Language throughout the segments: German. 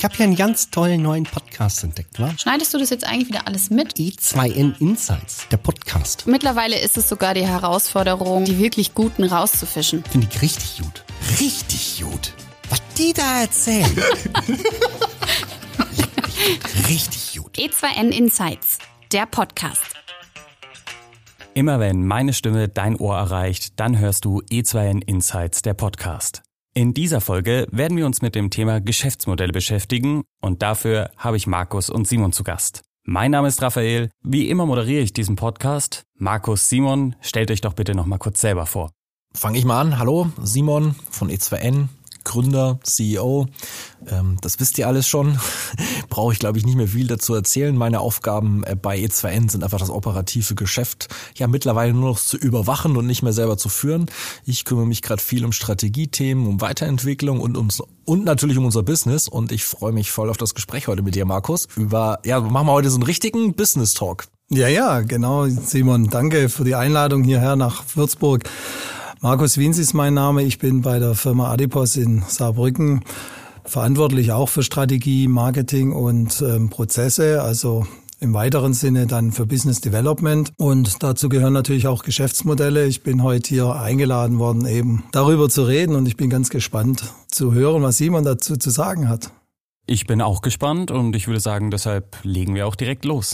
Ich habe hier einen ganz tollen neuen Podcast entdeckt, wa? Schneidest du das jetzt eigentlich wieder alles mit? E2N Insights, der Podcast. Mittlerweile ist es sogar die Herausforderung, die wirklich Guten rauszufischen. Finde ich richtig gut. Richtig gut. Was die da erzählen. Richtig gut. E2N Insights, der Podcast. Immer wenn meine Stimme dein Ohr erreicht, dann hörst du E2N Insights, der Podcast. In dieser Folge werden wir uns mit dem Thema Geschäftsmodelle beschäftigen und dafür habe ich Markus und Simon zu Gast. Mein Name ist Raphael, wie immer moderiere ich diesen Podcast. Markus, Simon, stellt euch doch bitte nochmal kurz selber vor. Fange ich mal an. Hallo, Simon von E2N, Gründer, CEO. Das wisst ihr alles schon. Brauche ich, glaube ich, nicht mehr viel dazu erzählen. Meine Aufgaben bei E2N sind einfach das operative Geschäft ja mittlerweile nur noch zu überwachen und nicht mehr selber zu führen. Ich kümmere mich gerade viel um Strategiethemen, um Weiterentwicklung und natürlich um unser Business. Und ich freue mich voll auf das Gespräch heute mit dir, Markus. Machen wir heute so einen richtigen Business Talk. Ja, genau, Simon. Danke für die Einladung hierher nach Würzburg. Markus Wiens ist mein Name. Ich bin bei der Firma Adipos in Saarbrücken verantwortlich auch für Strategie, Marketing und Prozesse, also im weiteren Sinne dann für Business Development. Und dazu gehören natürlich auch Geschäftsmodelle. Ich bin heute hier eingeladen worden, eben darüber zu reden und ich bin ganz gespannt zu hören, was Simon dazu zu sagen hat. Ich bin auch gespannt und ich würde sagen, deshalb legen wir auch direkt los.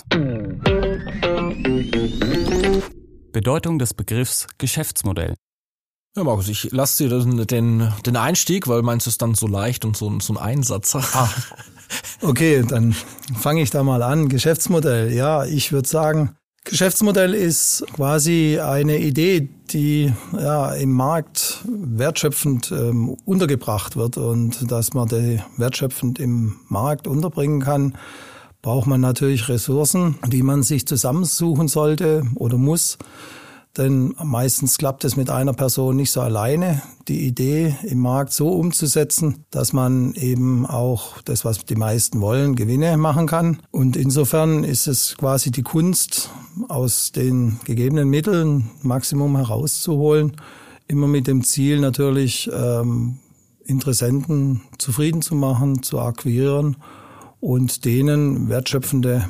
Bedeutung des Begriffs Geschäftsmodell. Ja, Markus, ich lasse dir den Einstieg, weil meins ist dann so leicht und so ein Einsatzer. Okay, dann fange ich da mal an. Geschäftsmodell. Ja, ich würde sagen, Geschäftsmodell ist quasi eine Idee, die ja im Markt wertschöpfend untergebracht wird. Und dass man die wertschöpfend im Markt unterbringen kann, braucht man natürlich Ressourcen, die man sich zusammensuchen sollte oder muss. Denn meistens klappt es mit einer Person nicht so alleine, die Idee im Markt so umzusetzen, dass man eben auch das, was die meisten wollen, Gewinne machen kann. Und insofern ist es quasi die Kunst, aus den gegebenen Mitteln Maximum herauszuholen, immer mit dem Ziel natürlich, Interessenten zufrieden zu machen, zu akquirieren und denen wertschöpfende,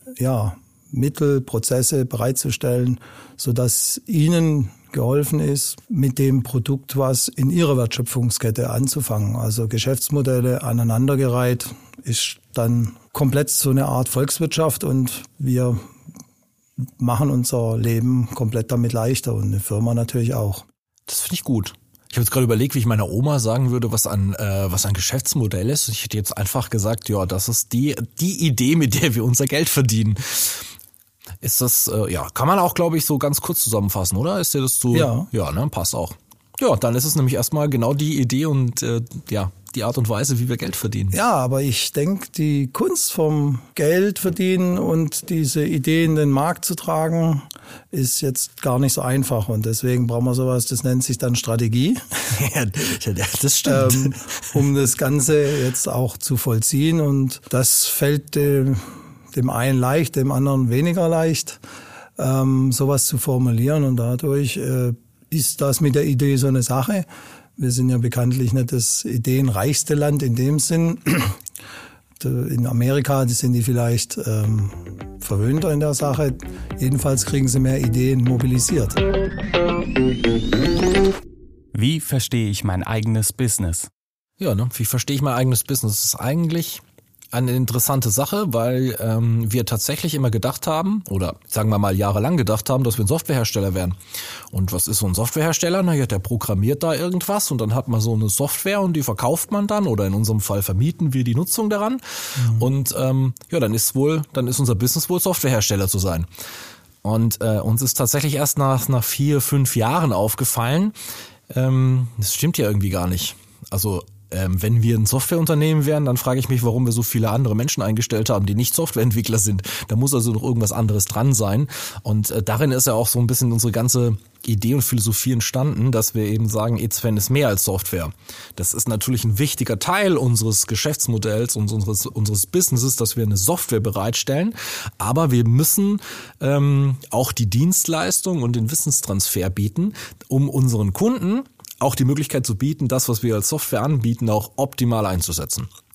Mittel, Prozesse bereitzustellen, sodass ihnen geholfen ist, mit dem Produkt was in ihrer Wertschöpfungskette anzufangen. Also Geschäftsmodelle aneinandergereiht ist dann komplett so eine Art Volkswirtschaft und wir machen unser Leben komplett damit leichter und eine Firma natürlich auch. Das finde ich gut. Ich habe jetzt gerade überlegt, wie ich meiner Oma sagen würde, was ein Geschäftsmodell ist. Ich hätte jetzt einfach gesagt, ja, das ist die Idee, mit der wir unser Geld verdienen. Ist das, kann man auch, glaube ich, so ganz kurz zusammenfassen, oder? Ist dir das so? Ja. Ja, ne, passt auch. Ja, dann ist es nämlich erstmal genau die Idee und die Art und Weise, wie wir Geld verdienen. Ja, aber ich denke, die Kunst vom Geld verdienen und diese Idee in den Markt zu tragen, ist jetzt gar nicht so einfach. Und deswegen brauchen wir sowas, das nennt sich dann Strategie. Ja, das stimmt. Um das Ganze jetzt auch zu vollziehen. Und das fällt dem einen leicht, dem anderen weniger leicht, sowas zu formulieren. Und dadurch ist das mit der Idee so eine Sache. Wir sind ja bekanntlich nicht das ideenreichste Land in dem Sinn. In Amerika sind die vielleicht verwöhnter in der Sache. Jedenfalls kriegen sie mehr Ideen mobilisiert. Wie verstehe ich mein eigenes Business? Ja, wie verstehe ich mein eigenes Business? Das ist eigentlich eine interessante Sache, weil wir tatsächlich immer gedacht haben, oder sagen wir mal jahrelang gedacht haben, dass wir ein Softwarehersteller wären. Und was ist so ein Softwarehersteller? Na ja, der programmiert da irgendwas und dann hat man so eine Software und die verkauft man dann oder in unserem Fall vermieten wir die Nutzung daran. Mhm. Und dann ist unser Business wohl Softwarehersteller zu sein. Und uns ist tatsächlich erst nach 4-5 Jahren aufgefallen, das stimmt ja irgendwie gar nicht. Also wenn wir ein Softwareunternehmen wären, dann frage ich mich, warum wir so viele andere Menschen eingestellt haben, die nicht Softwareentwickler sind. Da muss also noch irgendwas anderes dran sein. Und darin ist ja auch so ein bisschen unsere ganze Idee und Philosophie entstanden, dass wir eben sagen, E2N ist mehr als Software. Das ist natürlich ein wichtiger Teil unseres Geschäftsmodells und unseres Businesses, dass wir eine Software bereitstellen. Aber wir müssen auch die Dienstleistung und den Wissenstransfer bieten, um unseren Kunden auch die Möglichkeit zu bieten, das, was wir als Software anbieten, auch optimal einzusetzen.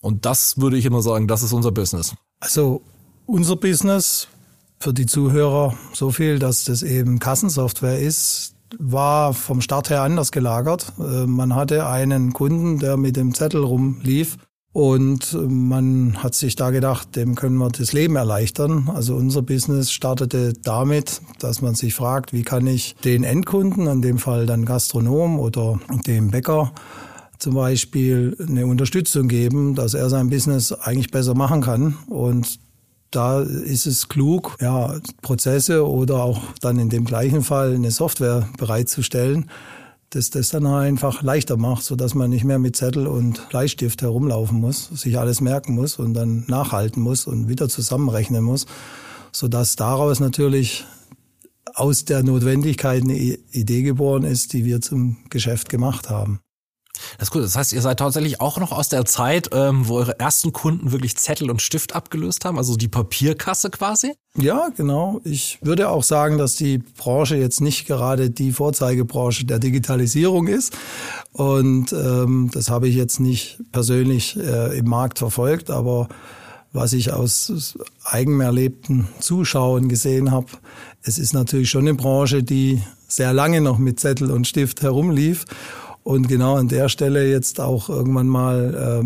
Und das würde ich immer sagen, das ist unser Business. Also unser Business, für die Zuhörer so viel, dass das eben Kassensoftware ist, war vom Start her anders gelagert. Man hatte einen Kunden, der mit dem Zettel rumlief und man hat sich da gedacht, dem können wir das Leben erleichtern. Also unser Business startete damit, dass man sich fragt, wie kann ich den Endkunden, in dem Fall dann Gastronom oder dem Bäcker zum Beispiel, eine Unterstützung geben, dass er sein Business eigentlich besser machen kann. Und da ist es klug, ja, Prozesse oder auch dann in dem gleichen Fall eine Software bereitzustellen, dass das dann einfach leichter macht, sodass man nicht mehr mit Zettel und Bleistift herumlaufen muss, sich alles merken muss und dann nachhalten muss und wieder zusammenrechnen muss, sodass daraus natürlich aus der Notwendigkeit eine Idee geboren ist, die wir zum Geschäft gemacht haben. Das ist gut. Das heißt, ihr seid tatsächlich auch noch aus der Zeit, wo eure ersten Kunden wirklich Zettel und Stift abgelöst haben, also die Papierkasse quasi? Ja, genau. Ich würde auch sagen, dass die Branche jetzt nicht gerade die Vorzeigebranche der Digitalisierung ist. Und das habe ich jetzt nicht persönlich im Markt verfolgt, aber was ich aus eigenem erlebten Zuschauen gesehen habe, es ist natürlich schon eine Branche, die sehr lange noch mit Zettel und Stift herumlief. Und genau an der Stelle jetzt auch irgendwann mal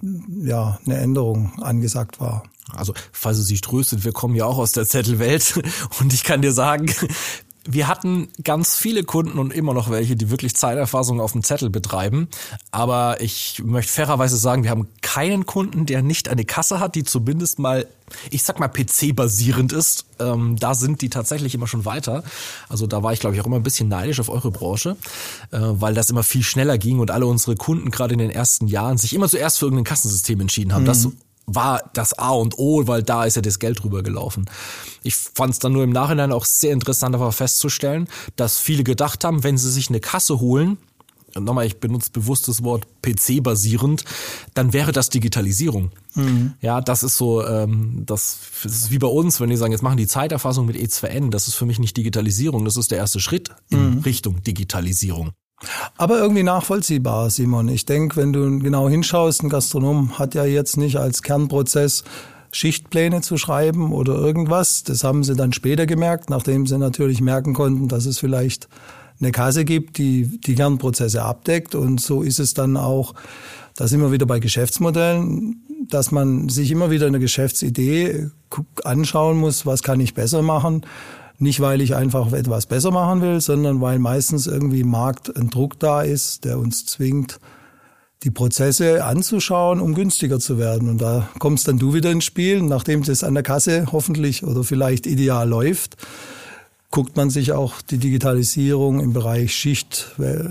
eine Änderung angesagt war. Also, falls es sich tröstet, wir kommen ja auch aus der Zettelwelt und ich kann dir sagen, wir hatten ganz viele Kunden und immer noch welche, die wirklich Zeiterfassung auf dem Zettel betreiben. Aber ich möchte fairerweise sagen, wir haben keinen Kunden, der nicht eine Kasse hat, die zumindest mal, ich sag mal, PC-basierend ist. Da sind die tatsächlich immer schon weiter. Also da war ich, glaube ich, auch immer ein bisschen neidisch auf eure Branche, weil das immer viel schneller ging und alle unsere Kunden gerade in den ersten Jahren sich immer zuerst für irgendein Kassensystem entschieden haben. Das war das A und O, weil da ist ja das Geld rübergelaufen. Ich fand es dann nur im Nachhinein auch sehr interessant, aber festzustellen, dass viele gedacht haben, wenn sie sich eine Kasse holen, nochmal, ich benutze bewusst das Wort PC-basierend, dann wäre das Digitalisierung. Ja, das ist so, das ist wie bei uns, wenn die sagen, jetzt machen die Zeiterfassung mit E2N, das ist für mich nicht Digitalisierung, das ist der erste Schritt in Richtung Digitalisierung. Aber irgendwie nachvollziehbar, Simon. Ich denke, wenn du genau hinschaust, ein Gastronom hat ja jetzt nicht als Kernprozess Schichtpläne zu schreiben oder irgendwas. Das haben sie dann später gemerkt, nachdem sie natürlich merken konnten, dass es vielleicht eine Kasse gibt, die die Kernprozesse abdeckt. Und so ist es dann auch, da sind wir wieder bei Geschäftsmodellen, dass man sich immer wieder eine Geschäftsidee anschauen muss, was kann ich besser machen. Nicht, weil ich einfach etwas besser machen will, sondern weil meistens irgendwie im Markt ein Druck da ist, der uns zwingt, die Prozesse anzuschauen, um günstiger zu werden. Und da kommst dann du wieder ins Spiel. Nachdem das an der Kasse hoffentlich oder vielleicht ideal läuft, guckt man sich auch die Digitalisierung im Bereich Schicht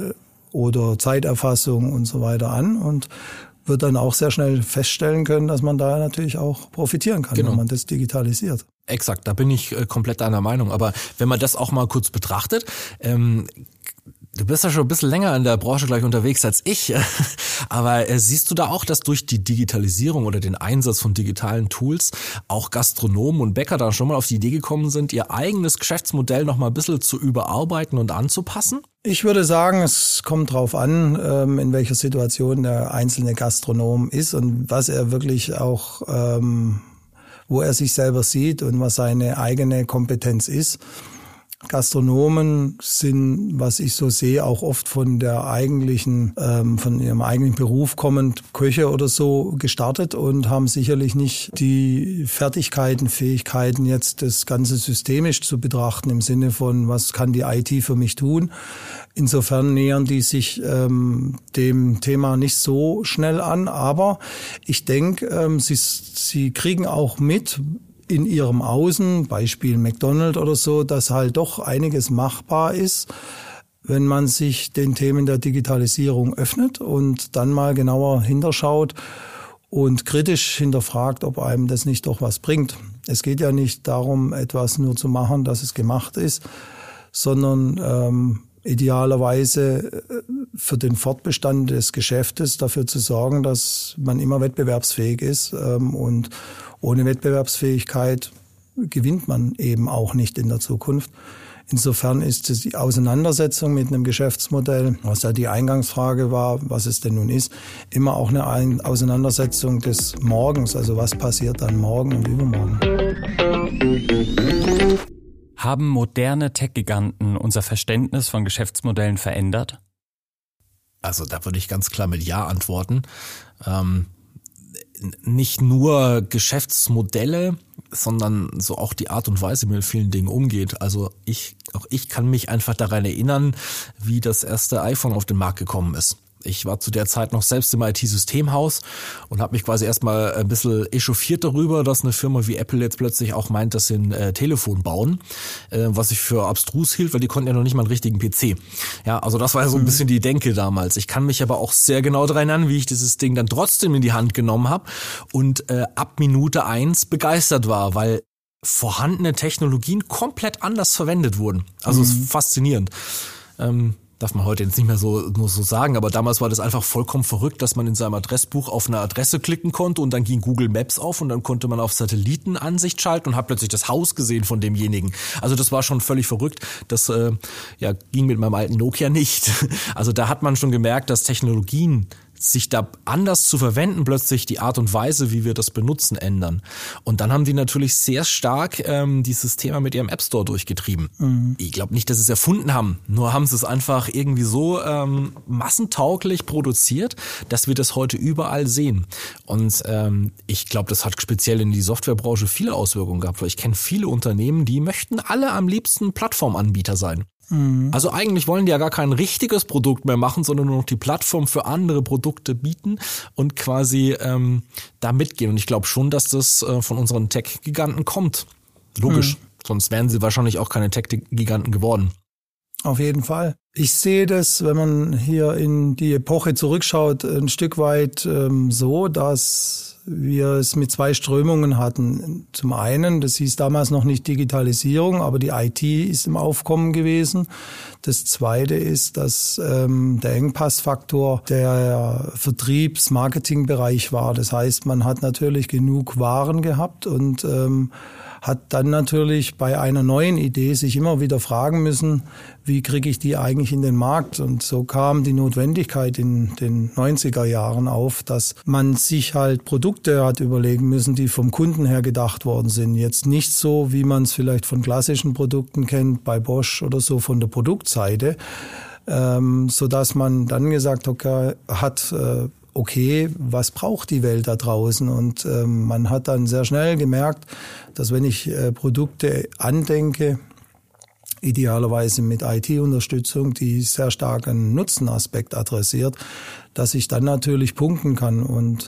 oder Zeiterfassung und so weiter an und wird dann auch sehr schnell feststellen können, dass man da natürlich auch profitieren kann, wenn man das digitalisiert. Exakt, da bin ich komplett deiner Meinung. Aber wenn man das auch mal kurz betrachtet, du bist ja schon ein bisschen länger in der Branche gleich unterwegs als ich, aber siehst du da auch, dass durch die Digitalisierung oder den Einsatz von digitalen Tools auch Gastronomen und Bäcker da schon mal auf die Idee gekommen sind, ihr eigenes Geschäftsmodell noch mal ein bisschen zu überarbeiten und anzupassen? Ich würde sagen, es kommt drauf an, in welcher Situation der einzelne Gastronom ist und was er wirklich auch, wo er sich selber sieht und was seine eigene Kompetenz ist. Gastronomen sind, was ich so sehe, auch oft von der eigentlichen, von ihrem eigenen Beruf kommend, Köche oder so gestartet und haben sicherlich nicht die Fertigkeiten, Fähigkeiten, jetzt das Ganze systemisch zu betrachten im Sinne von, was kann die IT für mich tun? Insofern nähern die sich dem Thema nicht so schnell an, aber ich denke, sie kriegen auch mit, in ihrem Außen, Beispiel McDonald's oder so, dass halt doch einiges machbar ist, wenn man sich den Themen der Digitalisierung öffnet und dann mal genauer hinterschaut und kritisch hinterfragt, ob einem das nicht doch was bringt. Es geht ja nicht darum, etwas nur zu machen, dass es gemacht ist, sondern idealerweise für den Fortbestand des Geschäftes dafür zu sorgen, dass man immer wettbewerbsfähig ist. Und ohne Wettbewerbsfähigkeit gewinnt man eben auch nicht in der Zukunft. Insofern ist die Auseinandersetzung mit einem Geschäftsmodell, was ja die Eingangsfrage war, was es denn nun ist, immer auch eine Auseinandersetzung des Morgens, also was passiert dann morgen und übermorgen. Haben moderne Tech-Giganten unser Verständnis von Geschäftsmodellen verändert? Also da würde ich ganz klar mit Ja antworten. Nicht nur Geschäftsmodelle, sondern so auch die Art und Weise, wie man mit vielen Dingen umgeht. Also ich kann mich einfach daran erinnern, wie das erste iPhone auf den Markt gekommen ist. Ich war zu der Zeit noch selbst im IT-Systemhaus und habe mich quasi erstmal ein bisschen echauffiert darüber, dass eine Firma wie Apple jetzt plötzlich auch meint, dass sie ein Telefon bauen, was ich für abstrus hielt, weil die konnten ja noch nicht mal einen richtigen PC. Ja, also das war ja so ein bisschen die Denke damals. Ich kann mich aber auch sehr genau daran erinnern, wie ich dieses Ding dann trotzdem in die Hand genommen habe und ab Minute 1 begeistert war, weil vorhandene Technologien komplett anders verwendet wurden. Also es ist faszinierend. Darf man heute jetzt nicht mehr nur so sagen, aber damals war das einfach vollkommen verrückt, dass man in seinem Adressbuch auf eine Adresse klicken konnte und dann ging Google Maps auf und dann konnte man auf Satellitenansicht schalten und hat plötzlich das Haus gesehen von demjenigen. Also das war schon völlig verrückt. Das ging mit meinem alten Nokia nicht. Also da hat man schon gemerkt, dass Technologien sich da anders zu verwenden, plötzlich die Art und Weise, wie wir das benutzen, ändern. Und dann haben die natürlich sehr stark dieses Thema mit ihrem App Store durchgetrieben. Mhm. Ich glaube nicht, dass sie es erfunden haben, nur haben sie es einfach irgendwie so massentauglich produziert, dass wir das heute überall sehen. Und ich glaube, das hat speziell in die Softwarebranche viele Auswirkungen gehabt, weil ich kenne viele Unternehmen, die möchten alle am liebsten Plattformanbieter sein. Also eigentlich wollen die ja gar kein richtiges Produkt mehr machen, sondern nur noch die Plattform für andere Produkte bieten und quasi da mitgehen. Und ich glaube schon, dass das von unseren Tech-Giganten kommt. Logisch, sonst wären sie wahrscheinlich auch keine Tech-Giganten geworden. Auf jeden Fall. Ich sehe das, wenn man hier in die Epoche zurückschaut, ein Stück weit so, dass wir es mit zwei Strömungen hatten. Zum einen, das hieß damals noch nicht Digitalisierung, aber die IT ist im Aufkommen gewesen. Das zweite ist, dass der Engpassfaktor der Vertriebs-Marketing-Bereich war. Das heißt, man hat natürlich genug Waren gehabt und hat dann natürlich bei einer neuen Idee sich immer wieder fragen müssen, wie kriege ich die eigentlich in den Markt? Und so kam die Notwendigkeit in den 90er Jahren auf, dass man sich halt Produkte hat überlegen müssen, die vom Kunden her gedacht worden sind. Jetzt nicht so, wie man es vielleicht von klassischen Produkten kennt, bei Bosch oder so von der Produktseite, so dass man dann gesagt hat, okay, was braucht die Welt da draußen? Und man hat dann sehr schnell gemerkt, dass wenn ich Produkte andenke, idealerweise mit IT-Unterstützung, die sehr stark einen Nutzenaspekt adressiert, dass ich dann natürlich punkten kann. Und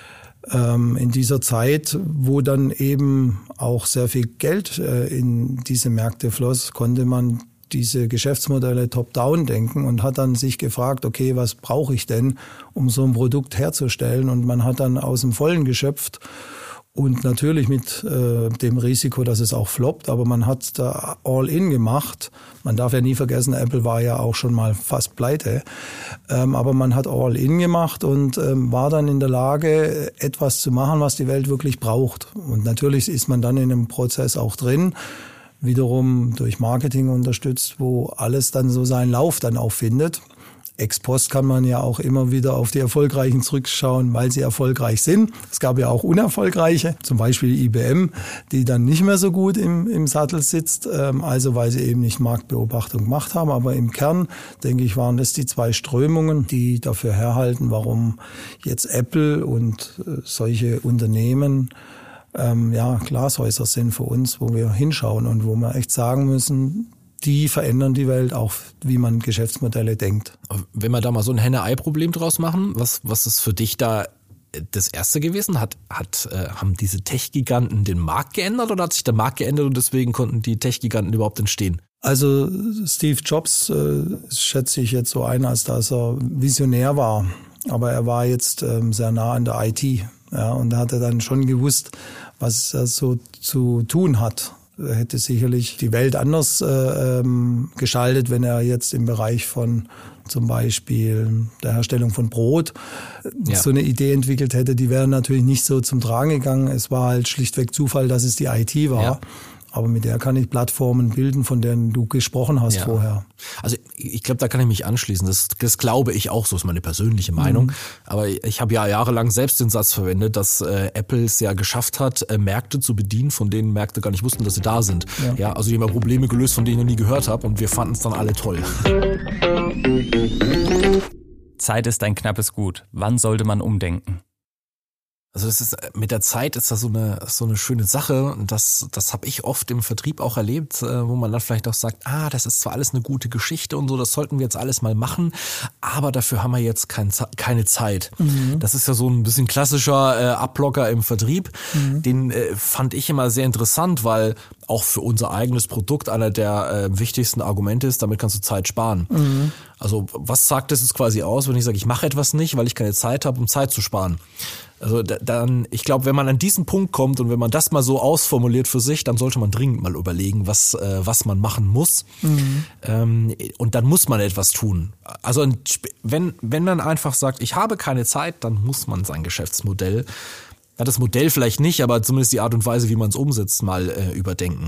in dieser Zeit, wo dann eben auch sehr viel Geld in diese Märkte floss, konnte man diese Geschäftsmodelle top-down denken und hat dann sich gefragt, okay, was brauche ich denn, um so ein Produkt herzustellen? Und man hat dann aus dem Vollen geschöpft und natürlich mit dem Risiko, dass es auch floppt, aber man hat da All-in gemacht. Man darf ja nie vergessen, Apple war ja auch schon mal fast pleite, aber man hat All-in gemacht und war dann in der Lage, etwas zu machen, was die Welt wirklich braucht. Und natürlich ist man dann in einem Prozess auch drin, wiederum durch Marketing unterstützt, wo alles dann so seinen Lauf dann auch findet. Ex post kann man ja auch immer wieder auf die Erfolgreichen zurückschauen, weil sie erfolgreich sind. Es gab ja auch unerfolgreiche, zum Beispiel IBM, die dann nicht mehr so gut im Sattel sitzt, also weil sie eben nicht Marktbeobachtung gemacht haben. Aber im Kern, denke ich, waren das die zwei Strömungen, die dafür herhalten, warum jetzt Apple und solche Unternehmen Glashäuser sind für uns, wo wir hinschauen und wo wir echt sagen müssen, die verändern die Welt, auch wie man Geschäftsmodelle denkt. Wenn wir da mal so ein Henne-Ei-Problem draus machen, was ist für dich da das Erste gewesen? Haben diese Tech-Giganten den Markt geändert oder hat sich der Markt geändert und deswegen konnten die Tech-Giganten überhaupt entstehen? Also Steve Jobs schätze ich jetzt so ein, als dass er Visionär war, aber er war jetzt sehr nah an der IT. Ja, und da hat er dann schon gewusst, was er so zu tun hat. Er hätte sicherlich die Welt anders gestaltet, wenn er jetzt im Bereich von zum Beispiel der Herstellung von Brot so eine Idee entwickelt hätte. Die wäre natürlich nicht so zum Tragen gegangen. Es war halt schlichtweg Zufall, dass es die IT war. Ja. Aber mit der kann ich Plattformen bilden, von denen du gesprochen hast vorher. Also ich glaube, da kann ich mich anschließen. Das glaube ich auch, so ist meine persönliche Meinung. Aber ich habe ja jahrelang selbst den Satz verwendet, dass Apple es ja geschafft hat, Märkte zu bedienen, von denen Märkte gar nicht wussten, dass sie da sind. Ja, also die haben Probleme gelöst, von denen ich noch nie gehört habe, und wir fanden es dann alle toll. Zeit ist ein knappes Gut. Wann sollte man umdenken? Also das ist, mit der Zeit ist das so eine schöne Sache, und das habe ich oft im Vertrieb auch erlebt, wo man dann vielleicht auch sagt, das ist zwar alles eine gute Geschichte und so, das sollten wir jetzt alles mal machen, aber dafür haben wir jetzt keine Zeit. Das ist ja so ein bisschen klassischer Abblocker im Vertrieb. Den fand ich immer sehr interessant, weil auch für unser eigenes Produkt einer der wichtigsten Argumente ist, damit kannst du Zeit sparen. Also was sagt das jetzt quasi aus, wenn ich sage, ich mache etwas nicht, weil ich keine Zeit habe, um Zeit zu sparen? Also dann, ich glaube, wenn man an diesen Punkt kommt und wenn man das mal so ausformuliert für sich, dann sollte man dringend mal überlegen, was man machen muss. Und dann muss man etwas tun. Also wenn man einfach sagt, ich habe keine Zeit, dann muss man sein Geschäftsmodell, das Modell vielleicht nicht, aber zumindest die Art und Weise, wie man es umsetzt, mal überdenken.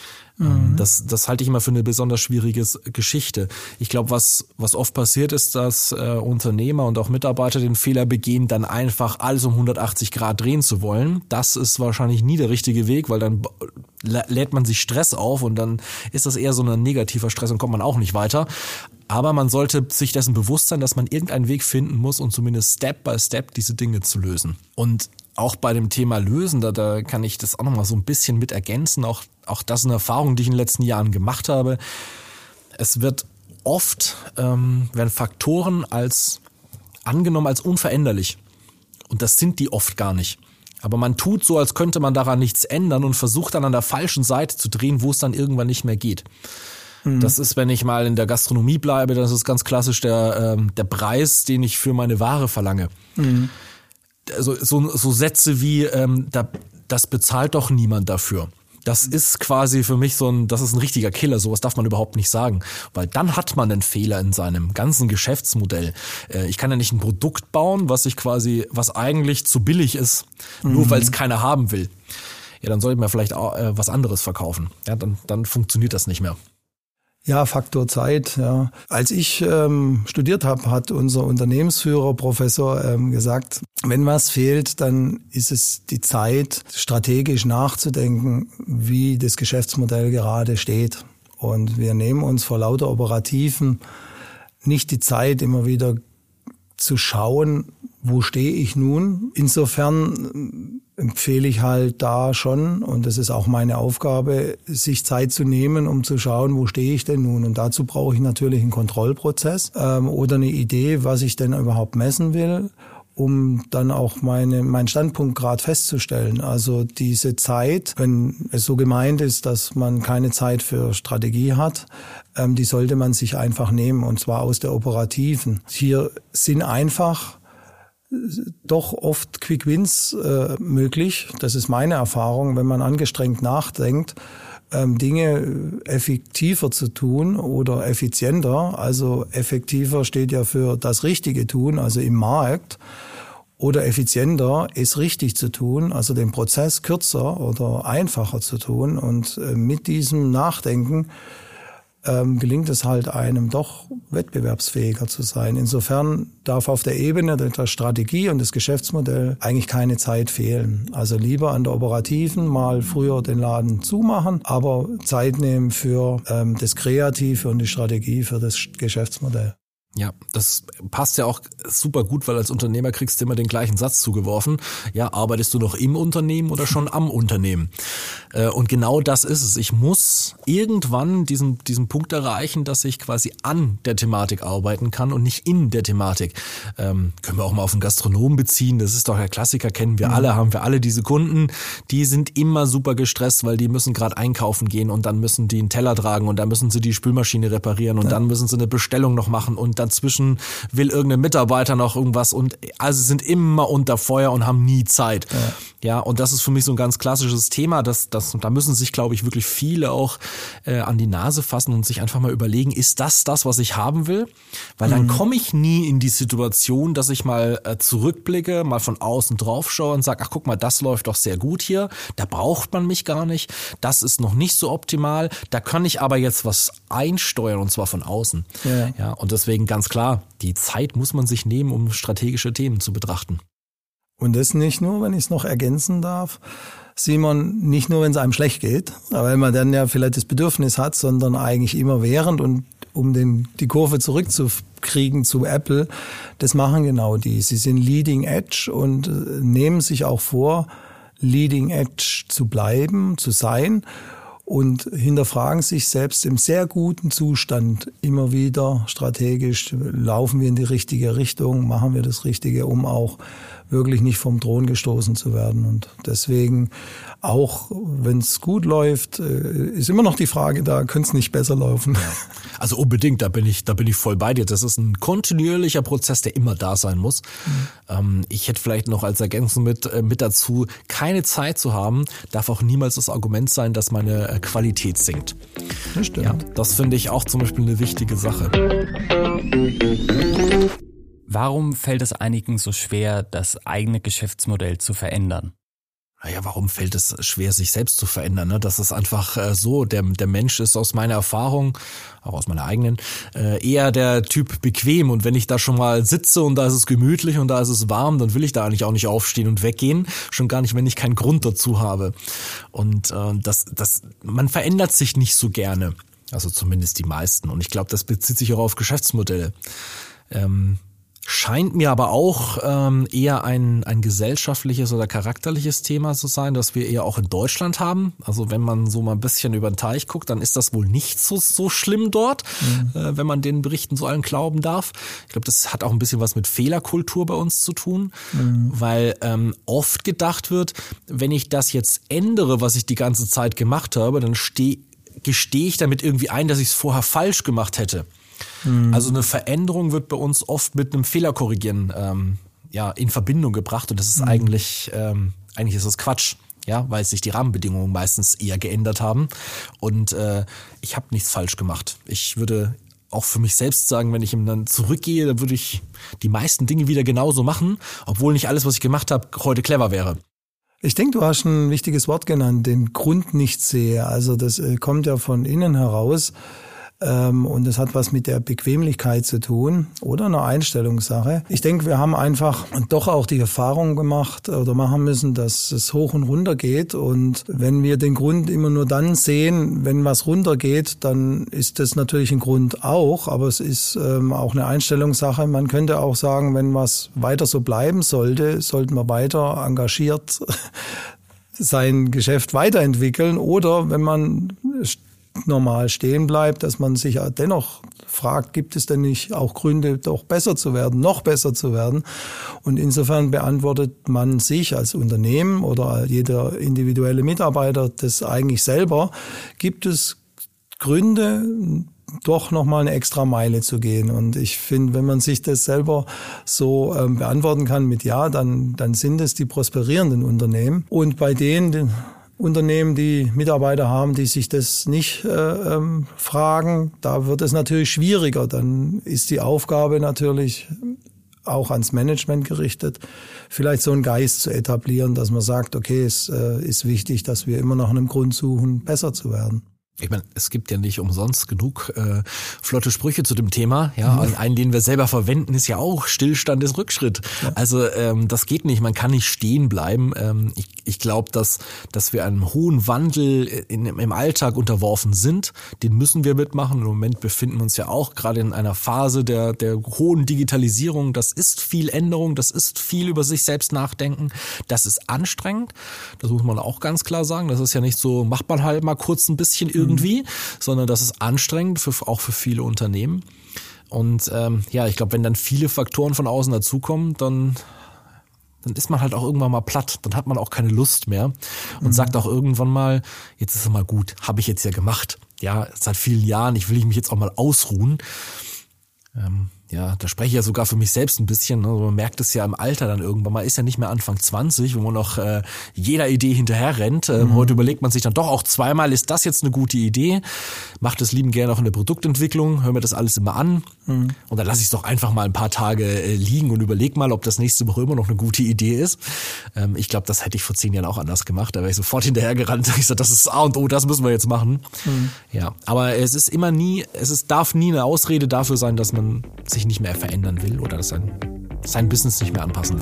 Das halte ich immer für eine besonders schwierige Geschichte. Ich glaube, was oft passiert ist, dass Unternehmer und auch Mitarbeiter den Fehler begehen, dann einfach alles um 180 Grad drehen zu wollen. Das ist wahrscheinlich nie der richtige Weg, weil dann lädt man sich Stress auf und dann ist das eher so ein negativer Stress und kommt man auch nicht weiter. Aber man sollte sich dessen bewusst sein, dass man irgendeinen Weg finden muss, um zumindest Step by Step diese Dinge zu lösen. Und auch bei dem Thema Lösen, da kann ich das auch nochmal so ein bisschen mit ergänzen. Auch das ist eine Erfahrung, die ich in den letzten Jahren gemacht habe. Es wird oft, werden Faktoren angenommen als unveränderlich. Und das sind die oft gar nicht. Aber man tut so, als könnte man daran nichts ändern und versucht dann an der falschen Seite zu drehen, wo es dann irgendwann nicht mehr geht. Das ist, wenn ich mal in der Gastronomie bleibe, das ist ganz klassisch der Preis, den ich für meine Ware verlange. Also so Sätze wie, das bezahlt doch niemand dafür. Das ist quasi für mich das ist ein richtiger Killer, sowas darf man überhaupt nicht sagen. Weil dann hat man einen Fehler in seinem ganzen Geschäftsmodell. Ich kann ja nicht ein Produkt bauen, was eigentlich zu billig ist, nur weil es keiner haben will. Ja, dann sollte man vielleicht auch was anderes verkaufen. Ja, dann funktioniert das nicht mehr. Ja, Faktor Zeit. Ja. Als ich studiert habe, hat unser Unternehmensführer, Professor, gesagt, wenn was fehlt, dann ist es die Zeit, strategisch nachzudenken, wie das Geschäftsmodell gerade steht. Und wir nehmen uns vor lauter Operativen nicht die Zeit, immer wieder zu schauen, wo stehe ich nun. Insofern empfehle ich halt da schon, und das ist auch meine Aufgabe, sich Zeit zu nehmen, um zu schauen, wo stehe ich denn nun. Und dazu brauche ich natürlich einen Kontrollprozess oder eine Idee, was ich denn überhaupt messen will, um dann auch meinen Standpunkt gerade festzustellen. Also diese Zeit, wenn es so gemeint ist, dass man keine Zeit für Strategie hat, die sollte man sich einfach nehmen, und zwar aus der operativen. Hier sind einfach doch oft Quick Wins möglich. Das ist meine Erfahrung, wenn man angestrengt nachdenkt, Dinge effektiver zu tun oder effizienter. Also effektiver steht ja für das Richtige tun, also im Markt. Oder effizienter ist richtig zu tun, also den Prozess kürzer oder einfacher zu tun. Und mit diesem Nachdenken gelingt es halt einem doch wettbewerbsfähiger zu sein. Insofern darf auf der Ebene der Strategie und des Geschäftsmodells eigentlich keine Zeit fehlen. Also lieber an der operativen mal früher den Laden zumachen, aber Zeit nehmen für das Kreative und die Strategie für das Geschäftsmodell. Ja, das passt ja auch super gut, weil als Unternehmer kriegst du immer den gleichen Satz zugeworfen. Ja, arbeitest du noch im Unternehmen oder schon am Unternehmen? Und genau das ist es. Ich muss irgendwann diesen Punkt erreichen, dass ich quasi an der Thematik arbeiten kann und nicht in der Thematik. Können wir auch mal auf den Gastronomen beziehen. Das ist doch der Klassiker, kennen wir alle, haben wir alle diese Kunden. Die sind immer super gestresst, weil die müssen gerade einkaufen gehen und dann müssen die einen Teller tragen und dann müssen sie die Spülmaschine reparieren und dann müssen sie eine Bestellung noch machen und dann dazwischen will irgendein Mitarbeiter noch irgendwas und also sind immer unter Feuer und haben nie Zeit. Ja, und das ist für mich so ein ganz klassisches Thema, da müssen sich, glaube ich, wirklich viele auch an die Nase fassen und sich einfach mal überlegen, ist das, was ich haben will? Weil dann komme ich nie in die Situation, dass ich mal zurückblicke, mal von außen drauf schaue und sage, ach guck mal, das läuft doch sehr gut hier, da braucht man mich gar nicht, das ist noch nicht so optimal, da kann ich aber jetzt was einsteuern und zwar von außen. Ja, und deswegen ganz klar, die Zeit muss man sich nehmen, um strategische Themen zu betrachten. Und das nicht nur, wenn ich es noch ergänzen darf, Simon, nicht nur, wenn es einem schlecht geht, weil man dann ja vielleicht das Bedürfnis hat, sondern eigentlich immer während und um die Kurve zurückzukriegen zu Apple, das machen genau die. Sie sind Leading Edge und nehmen sich auch vor, Leading Edge zu bleiben, zu sein und hinterfragen sich selbst im sehr guten Zustand immer wieder strategisch, laufen wir in die richtige Richtung, machen wir das Richtige, um auch wirklich nicht vom Thron gestoßen zu werden. Und deswegen, auch wenn es gut läuft, ist immer noch die Frage, da könnte es nicht besser laufen. Ja. Also unbedingt, da bin ich voll bei dir. Das ist ein kontinuierlicher Prozess, der immer da sein muss. Ich hätte vielleicht noch als Ergänzung mit dazu, keine Zeit zu haben, darf auch niemals das Argument sein, dass meine Qualität sinkt. Das stimmt. Ja, das finde ich auch zum Beispiel eine wichtige Sache. Warum fällt es einigen so schwer, das eigene Geschäftsmodell zu verändern? Naja, warum fällt es schwer, sich selbst zu verändern? Ne? Das ist einfach so, der Mensch ist aus meiner Erfahrung, auch aus meiner eigenen, eher der Typ bequem. Und wenn ich da schon mal sitze und da ist es gemütlich und da ist es warm, dann will ich da eigentlich auch nicht aufstehen und weggehen. Schon gar nicht, wenn ich keinen Grund dazu habe. Und man verändert sich nicht so gerne. Also zumindest die meisten. Und ich glaube, das bezieht sich auch auf Geschäftsmodelle. Scheint mir aber auch eher ein gesellschaftliches oder charakterliches Thema zu sein, das wir eher auch in Deutschland haben. Also wenn man so mal ein bisschen über den Teich guckt, dann ist das wohl nicht so schlimm dort, wenn man den Berichten so allen glauben darf. Ich glaube, das hat auch ein bisschen was mit Fehlerkultur bei uns zu tun, weil oft gedacht wird, wenn ich das jetzt ändere, was ich die ganze Zeit gemacht habe, dann gestehe ich damit irgendwie ein, dass ich es vorher falsch gemacht hätte. Also eine Veränderung wird bei uns oft mit einem Fehlerkorrigieren in Verbindung gebracht und das ist eigentlich ist das Quatsch, ja, weil sich die Rahmenbedingungen meistens eher geändert haben und ich habe nichts falsch gemacht. Ich würde auch für mich selbst sagen, wenn ich ihm dann zurückgehe, dann würde ich die meisten Dinge wieder genauso machen, obwohl nicht alles, was ich gemacht habe, heute clever wäre. Ich denke, du hast ein wichtiges Wort genannt, den Grund nicht sehe. Also das kommt ja von innen heraus. Und das hat was mit der Bequemlichkeit zu tun oder einer Einstellungssache. Ich denke, wir haben einfach doch auch die Erfahrung gemacht oder machen müssen, dass es hoch und runter geht. Und wenn wir den Grund immer nur dann sehen, wenn was runtergeht, dann ist das natürlich ein Grund auch. Aber es ist auch eine Einstellungssache. Man könnte auch sagen, wenn was weiter so bleiben sollte, sollten wir weiter engagiert sein Geschäft weiterentwickeln. Oder wenn man normal stehen bleibt, dass man sich dennoch fragt, gibt es denn nicht auch Gründe, doch besser zu werden, noch besser zu werden? Und insofern beantwortet man sich als Unternehmen oder jeder individuelle Mitarbeiter das eigentlich selber, gibt es Gründe, doch nochmal eine extra Meile zu gehen. Und ich finde, wenn man sich das selber so beantworten kann mit ja, dann sind es die prosperierenden Unternehmen. Und bei denen Unternehmen, die Mitarbeiter haben, die sich das nicht fragen, da wird es natürlich schwieriger. Dann ist die Aufgabe natürlich auch ans Management gerichtet, vielleicht so einen Geist zu etablieren, dass man sagt, okay, es ist wichtig, dass wir immer nach einem Grund suchen, besser zu werden. Ich meine, es gibt ja nicht umsonst genug flotte Sprüche zu dem Thema. Ja, und einen, den wir selber verwenden, ist ja auch Stillstand ist Rückschritt. Ja. Also das geht nicht, man kann nicht stehen bleiben. Ich glaube, dass wir einem hohen Wandel im Alltag unterworfen sind. Den müssen wir mitmachen. Im Moment befinden wir uns ja auch gerade in einer Phase der hohen Digitalisierung. Das ist viel Änderung, das ist viel über sich selbst nachdenken. Das ist anstrengend. Das muss man auch ganz klar sagen. Das ist ja nicht so, macht man halt mal kurz ein bisschen irgendwie, sondern das ist anstrengend, auch für viele Unternehmen. Und ich glaube, wenn dann viele Faktoren von außen dazukommen, dann ist man halt auch irgendwann mal platt. Dann hat man auch keine Lust mehr und sagt auch irgendwann mal, jetzt ist es mal gut, habe ich jetzt ja gemacht. Ja, seit vielen Jahren, will ich mich jetzt auch mal ausruhen. Ja, da spreche ich ja sogar für mich selbst ein bisschen. Ne? Man merkt es ja im Alter dann irgendwann. Man ist ja nicht mehr Anfang 20, wo man noch jeder Idee hinterher rennt. Heute überlegt man sich dann doch auch zweimal, ist das jetzt eine gute Idee? Macht das lieben gerne auch in der Produktentwicklung, höre mir das alles immer an. Und dann lasse ich es doch einfach mal ein paar Tage liegen und überlege mal, ob das nächste Woche immer noch eine gute Idee ist. Ich glaube, das hätte ich vor 10 Jahren auch anders gemacht. Da wäre ich sofort hinterhergerannt. Ich sage, das ist A und O, das müssen wir jetzt machen. Ja, aber es ist darf nie eine Ausrede dafür sein, dass man sich nicht mehr verändern will oder dass sein Business nicht mehr anpassen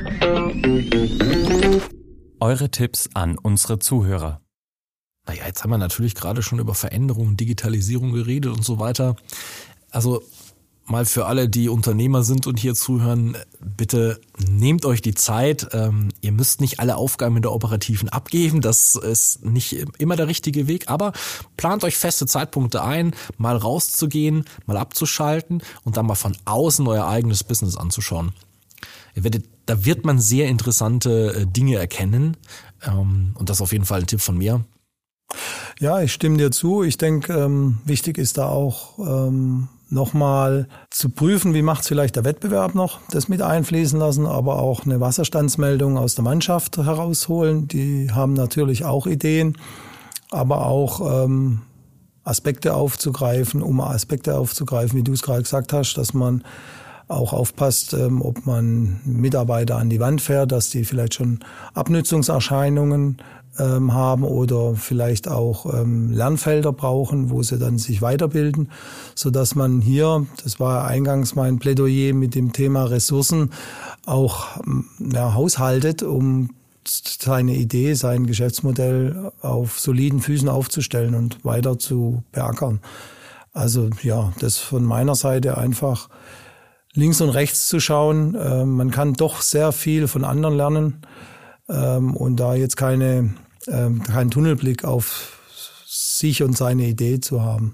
will. Eure Tipps an unsere Zuhörer. Naja, jetzt haben wir natürlich gerade schon über Veränderungen, Digitalisierung geredet und so weiter. Also mal für alle, die Unternehmer sind und hier zuhören, bitte nehmt euch die Zeit. Ihr müsst nicht alle Aufgaben in der Operativen abgeben. Das ist nicht immer der richtige Weg. Aber plant euch feste Zeitpunkte ein, mal rauszugehen, mal abzuschalten und dann mal von außen euer eigenes Business anzuschauen. Da wird man sehr interessante Dinge erkennen. Und das ist auf jeden Fall ein Tipp von mir. Ja, ich stimme dir zu. Ich denke, wichtig ist da auch nochmal zu prüfen, wie macht es vielleicht der Wettbewerb noch, das mit einfließen lassen, aber auch eine Wasserstandsmeldung aus der Mannschaft herausholen. Die haben natürlich auch Ideen, aber auch Aspekte aufzugreifen, wie du es gerade gesagt hast, dass man auch aufpasst, ob man Mitarbeiter an die Wand fährt, dass die vielleicht schon Abnützungserscheinungen haben oder vielleicht auch Lernfelder brauchen, wo sie dann sich weiterbilden, so dass man hier, das war eingangs mein Plädoyer mit dem Thema Ressourcen, auch haushaltet, um seine Idee, sein Geschäftsmodell auf soliden Füßen aufzustellen und weiter zu beackern. Also ja, das von meiner Seite einfach links und rechts zu schauen. Man kann doch sehr viel von anderen lernen und da jetzt keinen Tunnelblick auf sich und seine Idee zu haben.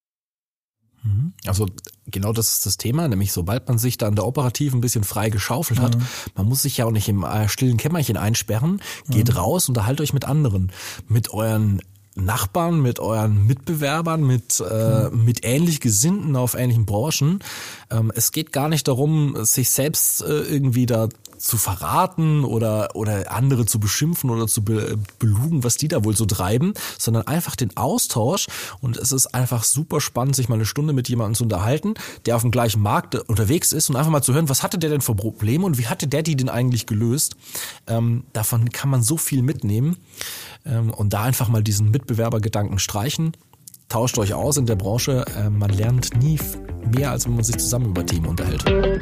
Also genau das ist das Thema, nämlich sobald man sich da an der Operativen ein bisschen frei geschaufelt hat, man muss sich ja auch nicht im stillen Kämmerchen einsperren, geht raus, unterhaltet euch mit anderen, mit euren Nachbarn, mit euren Mitbewerbern, mit ähnlich Gesinnten auf ähnlichen Branchen. Es geht gar nicht darum, sich selbst irgendwie da zu verraten oder andere zu beschimpfen oder zu belugen, was die da wohl so treiben, sondern einfach den Austausch. Und es ist einfach super spannend, sich mal eine Stunde mit jemandem zu unterhalten, der auf dem gleichen Markt unterwegs ist und einfach mal zu hören, was hatte der denn für Probleme und wie hatte der die denn eigentlich gelöst. Davon kann man so viel mitnehmen und da einfach mal diesen Mitbewerbergedanken streichen. Tauscht euch aus in der Branche. Man lernt nie mehr, als wenn man sich zusammen über Themen unterhält.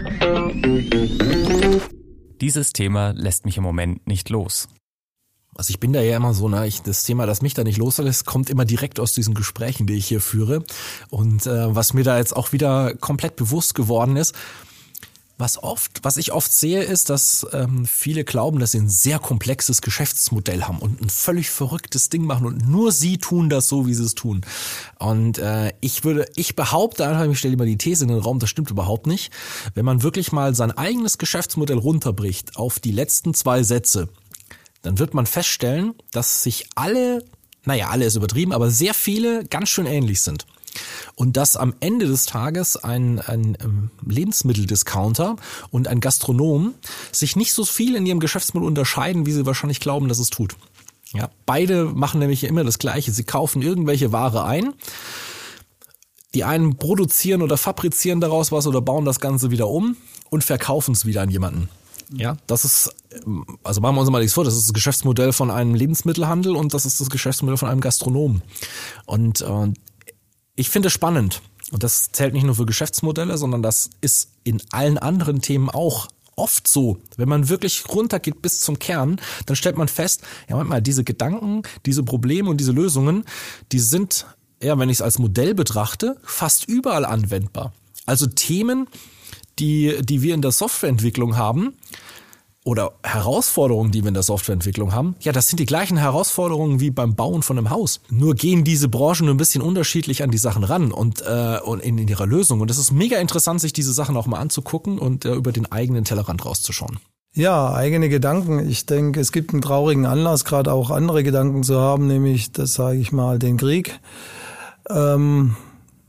Dieses Thema lässt mich im Moment nicht los. Also ich bin da ja immer so, das Thema, das mich da nicht loslässt, kommt immer direkt aus diesen Gesprächen, die ich hier führe. Und was mir da jetzt auch wieder komplett bewusst geworden ist, was ich oft sehe, ist, dass viele glauben, dass sie ein sehr komplexes Geschäftsmodell haben und ein völlig verrücktes Ding machen und nur sie tun das so, wie sie es tun. Und ich behaupte einfach, ich stelle immer die These in den Raum, das stimmt überhaupt nicht. Wenn man wirklich mal sein eigenes Geschäftsmodell runterbricht auf die letzten 2 Sätze, dann wird man feststellen, dass sich alle ist übertrieben, aber sehr viele ganz schön ähnlich sind. Und dass am Ende des Tages ein Lebensmitteldiscounter und ein Gastronom sich nicht so viel in ihrem Geschäftsmodell unterscheiden, wie sie wahrscheinlich glauben, dass es tut. Ja, beide machen nämlich immer das Gleiche. Sie kaufen irgendwelche Ware ein. Die einen produzieren oder fabrizieren daraus was oder bauen das Ganze wieder um und verkaufen es wieder an jemanden. Ja, das ist, also machen wir uns mal nichts vor, das ist das Geschäftsmodell von einem Lebensmittelhandel und das ist das Geschäftsmodell von einem Gastronomen. Und ich finde es spannend. Und das zählt nicht nur für Geschäftsmodelle, sondern das ist in allen anderen Themen auch oft so. Wenn man wirklich runtergeht bis zum Kern, dann stellt man fest, ja, manchmal diese Gedanken, diese Probleme und diese Lösungen, die sind, ja, wenn ich es als Modell betrachte, fast überall anwendbar. Also Themen, die wir in der Softwareentwicklung haben, oder Herausforderungen, die wir in der Softwareentwicklung haben, ja, das sind die gleichen Herausforderungen wie beim Bauen von einem Haus. Nur gehen diese Branchen ein bisschen unterschiedlich an die Sachen ran und in ihrer Lösung. Und es ist mega interessant, sich diese Sachen auch mal anzugucken und über den eigenen Tellerrand rauszuschauen. Ja, eigene Gedanken. Ich denke, es gibt einen traurigen Anlass, gerade auch andere Gedanken zu haben, nämlich, das sage ich mal, den Krieg.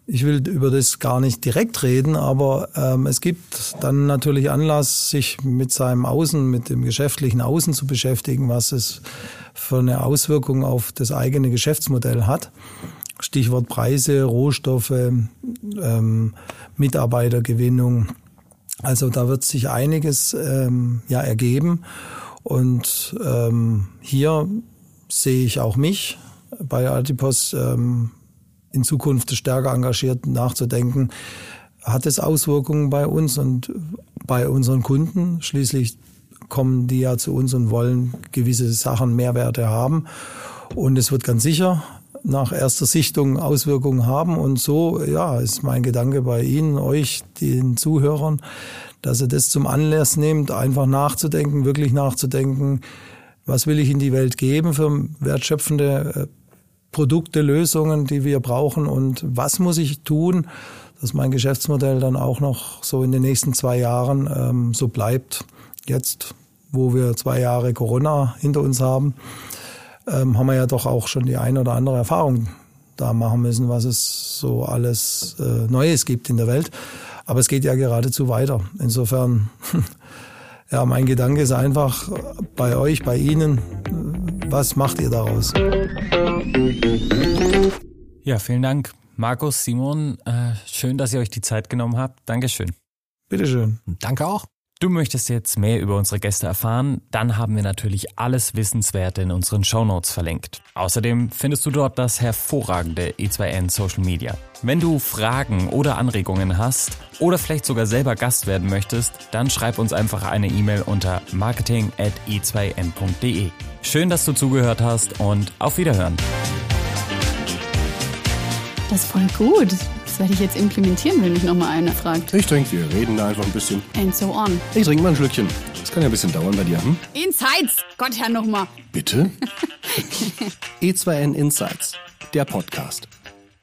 Ich will über das gar nicht direkt reden, aber es gibt dann natürlich Anlass, sich mit seinem Außen, mit dem geschäftlichen Außen zu beschäftigen, was es für eine Auswirkung auf das eigene Geschäftsmodell hat. Stichwort Preise, Rohstoffe, Mitarbeitergewinnung. Also da wird sich einiges ergeben. Und hier sehe ich auch mich bei Altipos in Zukunft stärker engagiert nachzudenken. Hat es Auswirkungen bei uns und bei unseren Kunden? Schließlich kommen die ja zu uns und wollen gewisse Sachen, Mehrwerte haben. Und es wird ganz sicher nach erster Sichtung Auswirkungen haben. Und so ist mein Gedanke bei Ihnen, euch, den Zuhörern, dass ihr das zum Anlass nehmt, einfach nachzudenken, wirklich nachzudenken, was will ich in die Welt geben für wertschöpfende Produkte, Lösungen, die wir brauchen und was muss ich tun, dass mein Geschäftsmodell dann auch noch so in den nächsten 2 Jahren so bleibt. Jetzt, wo wir 2 Jahre Corona hinter uns haben, haben wir ja doch auch schon die eine oder andere Erfahrung da machen müssen, was es so alles Neues gibt in der Welt. Aber es geht ja geradezu weiter. Insofern, mein Gedanke ist einfach bei euch, bei Ihnen, was macht ihr daraus? Ja, vielen Dank, Markus, Simon. Schön, dass ihr euch die Zeit genommen habt. Dankeschön. Bitteschön. Danke auch. Du möchtest jetzt mehr über unsere Gäste erfahren? Dann haben wir natürlich alles Wissenswerte in unseren Shownotes verlinkt. Außerdem findest du dort das hervorragende E2N Social Media. Wenn du Fragen oder Anregungen hast oder vielleicht sogar selber Gast werden möchtest, dann schreib uns einfach eine E-Mail unter marketing@e2n.de. Schön, dass du zugehört hast und auf Wiederhören. Das ist voll gut. Das werde ich jetzt implementieren, wenn mich nochmal einer fragt. Ich trinke, wir reden da einfach ein bisschen. And so on. Ich trinke mal ein Schlückchen. Das kann ja ein bisschen dauern bei dir, hm? Insights! Gott, Herr, nochmal. Bitte? E2N Insights, der Podcast.